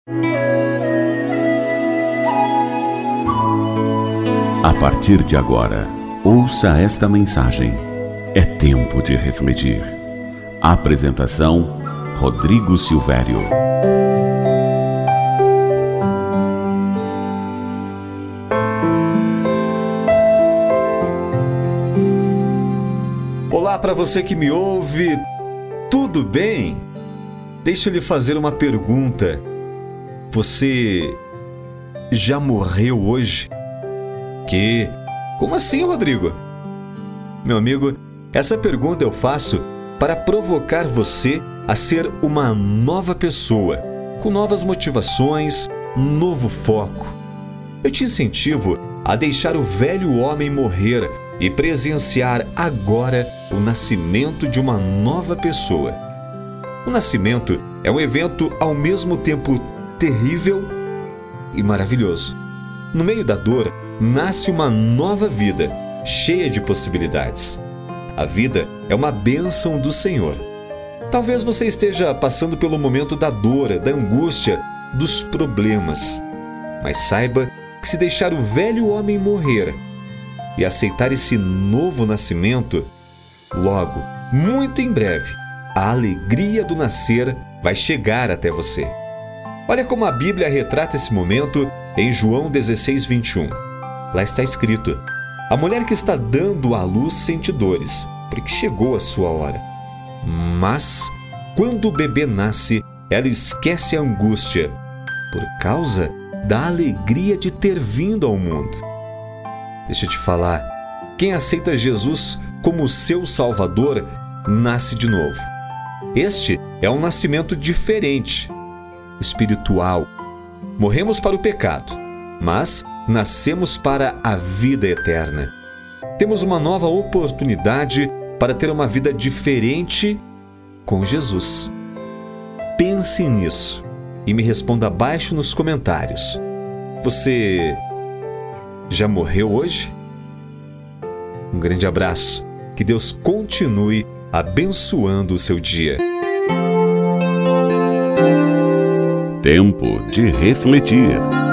A partir de agora, ouça esta mensagem. É tempo de refletir. Apresentação: Rodrigo Silvério. Olá para você que me ouve, tudo bem? Deixa eu lhe fazer uma pergunta. Você já morreu hoje? Que? Como assim, Rodrigo? Meu amigo, essa pergunta eu faço para provocar você a ser uma nova pessoa, com novas motivações, novo foco. Eu te incentivo a deixar o velho homem morrer e presenciar agora o nascimento de uma nova pessoa. O nascimento é um evento ao mesmo tempo terrível e maravilhoso. No meio da dor, nasce uma nova vida, cheia de possibilidades. A vida é uma bênção do Senhor. Talvez você esteja passando pelo momento da dor, da angústia, dos problemas. Mas saiba que se deixar o velho homem morrer e aceitar esse novo nascimento, logo, muito em breve, a alegria do nascer vai chegar até você. Olha como a Bíblia retrata esse momento em João 16:21. Lá está escrito: a mulher que está dando à luz sente dores, porque chegou a sua hora. Mas, quando o bebê nasce, ela esquece a angústia, por causa da alegria de ter vindo ao mundo. Deixa eu te falar, quem aceita Jesus como seu Salvador, nasce de novo. Este é um nascimento diferente, espiritual. Morremos para o pecado, mas nascemos para a vida eterna. Temos uma nova oportunidade para ter uma vida diferente com Jesus. Pense nisso e me responda abaixo nos comentários. Você já morreu hoje? Um grande abraço. Que Deus continue abençoando o seu dia. Tempo de refletir.